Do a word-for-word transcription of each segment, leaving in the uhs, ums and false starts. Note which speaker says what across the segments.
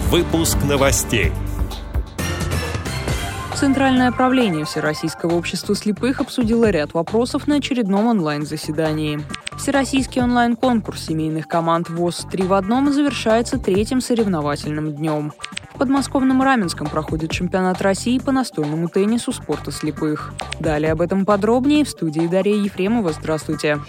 Speaker 1: Выпуск новостей.
Speaker 2: Центральное правление Всероссийского общества слепых обсудило ряд вопросов на очередном онлайн-заседании. Всероссийский онлайн-конкурс семейных команд ВОС «Три в одном» завершается третьим соревновательным днем. В подмосковном Раменском проходит чемпионат России по настольному теннису спорта слепых. Далее об этом подробнее в студии Дарья Ефремова. Здравствуйте.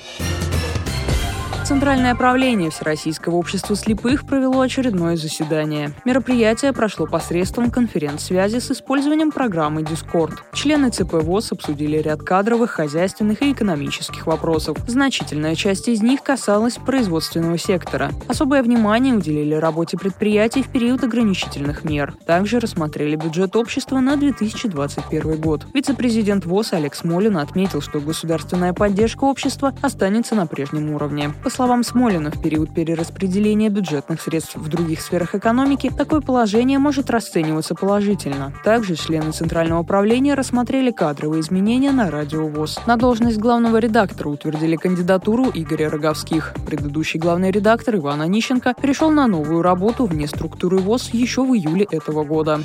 Speaker 2: Центральное правление Всероссийского общества слепых провело очередное заседание. Мероприятие прошло посредством конференц-связи с использованием программы Discord. Члены ЦП ВОС обсудили ряд кадровых, хозяйственных и экономических вопросов. Значительная часть из них касалась производственного сектора. Особое внимание уделили работе предприятий в период ограничительных мер. Также рассмотрели бюджет общества на две тысячи двадцать первый год. Вице-президент ВОС Олег Смолин отметил, что государственная поддержка общества останется на прежнем уровне. По словам Смолина, в период перераспределения бюджетных средств в других сферах экономики такое положение может расцениваться положительно. Также члены Центрального правления рассмотрели кадровые изменения на радио ВОС. На должность главного редактора утвердили кандидатуру Игоря Роговских. Предыдущий главный редактор Иван Онищенко перешел на новую работу вне структуры ВОС еще в июле этого года.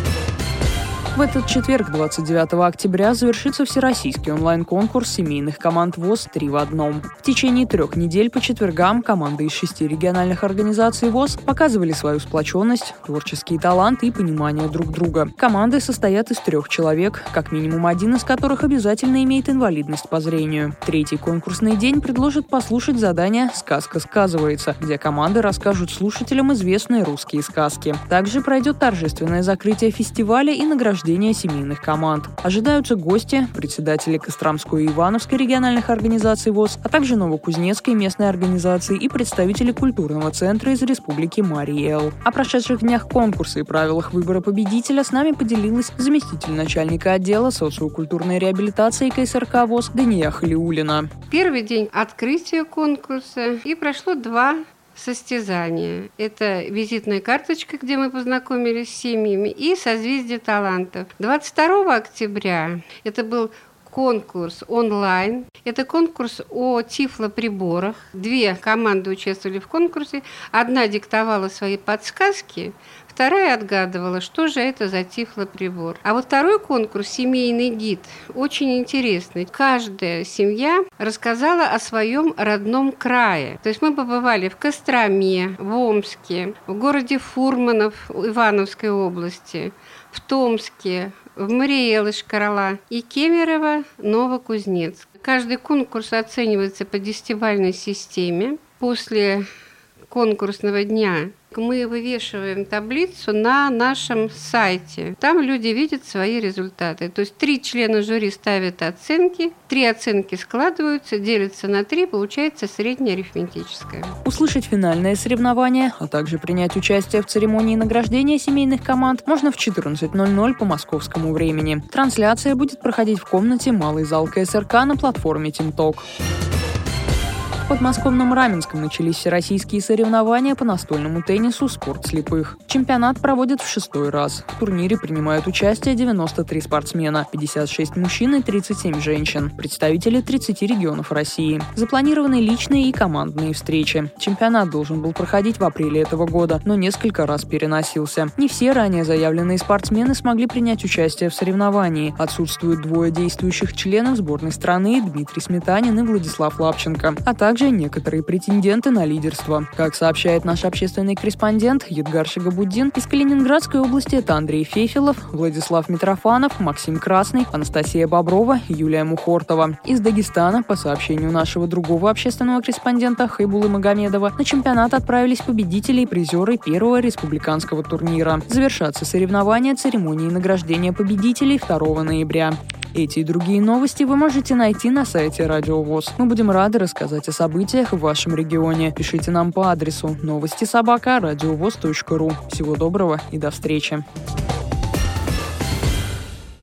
Speaker 2: В этот четверг, двадцать девятого октября, завершится всероссийский онлайн-конкурс семейных команд ВОС «Три в одном». В течение трех недель по четвергам команды из шести региональных организаций ВОС показывали свою сплоченность, творческий талант и понимание друг друга. Команды состоят из трех человек, как минимум один из которых обязательно имеет инвалидность по зрению. Третий конкурсный день предложит послушать задание «Сказка сказывается», где команды расскажут слушателям известные русские сказки. Также пройдет торжественное закрытие фестиваля и награждение семейных команд. Ожидаются гости, председатели Костромской и Ивановской региональных организаций ВОС, а также Новокузнецкой местной организации и представители культурного центра из Республики Марий-Эл. О прошедших днях конкурса и правилах выбора победителя с нами поделилась заместитель начальника отдела социокультурной реабилитации КСРК ВОС Дания Халиуллина.
Speaker 3: Первый день открытия конкурса, и прошло два состязания. Это визитная карточка, где мы познакомились с семьями, и созвездие талантов. двадцать второго октября это был конкурс онлайн. Это конкурс о тифлоприборах. Две команды участвовали в конкурсе. Одна диктовала свои подсказки, вторая отгадывала, что же это за тифлоприбор. А вот второй конкурс, семейный гид, очень интересный. Каждая семья рассказала о своем родном крае. То есть мы побывали в Костроме, в Омске, в городе Фурманов Ивановской области, в Томске, в Марий-Эл Ишкарала и Кемерово, Новокузнецк. Каждый конкурс оценивается по десятибалльной системе. После конкурсного дня мы вывешиваем таблицу на нашем сайте. Там люди видят свои результаты. То есть три члена жюри ставят оценки, три оценки складываются, делятся на три, получается среднеарифметическое.
Speaker 2: Услышать финальное соревнование, а также принять участие в церемонии награждения семейных команд можно в четырнадцать ноль ноль по московскому времени. Трансляция будет проходить в комнате «Малый зал КСРК» на платформе «Тимток». В подмосковном Раменском начались всероссийские соревнования по настольному теннису «Спорт слепых». Чемпионат проводят в шестой раз. В турнире принимают участие девяносто три спортсмена, пятьдесят шесть мужчин и тридцать семь женщин, представители тридцати регионов России. Запланированы личные и командные встречи. Чемпионат должен был проходить в апреле этого года, но несколько раз переносился. Не все ранее заявленные спортсмены смогли принять участие в соревновании. Отсутствуют двое действующих членов сборной страны – Дмитрий Сметанин и Владислав Лапченко, а также некоторые претенденты на лидерство. Как сообщает наш общественный корреспондент Едгар Шагабуддин, из Калининградской области это Андрей Фефилов, Владислав Митрофанов, Максим Красный, Анастасия Боброва, Юлия Мухортова. Из Дагестана, по сообщению нашего другого общественного корреспондента Хайбулы Магомедова, на чемпионат отправились победители и призеры первого республиканского турнира. Завершатся соревнования церемонии награждения победителей второго ноября. Эти и другие новости вы можете найти на сайте Радио ВОС. Мы будем рады рассказать о событиях в вашем регионе. Пишите нам по адресу новости собака радиовос точка ру. Всего доброго и до встречи.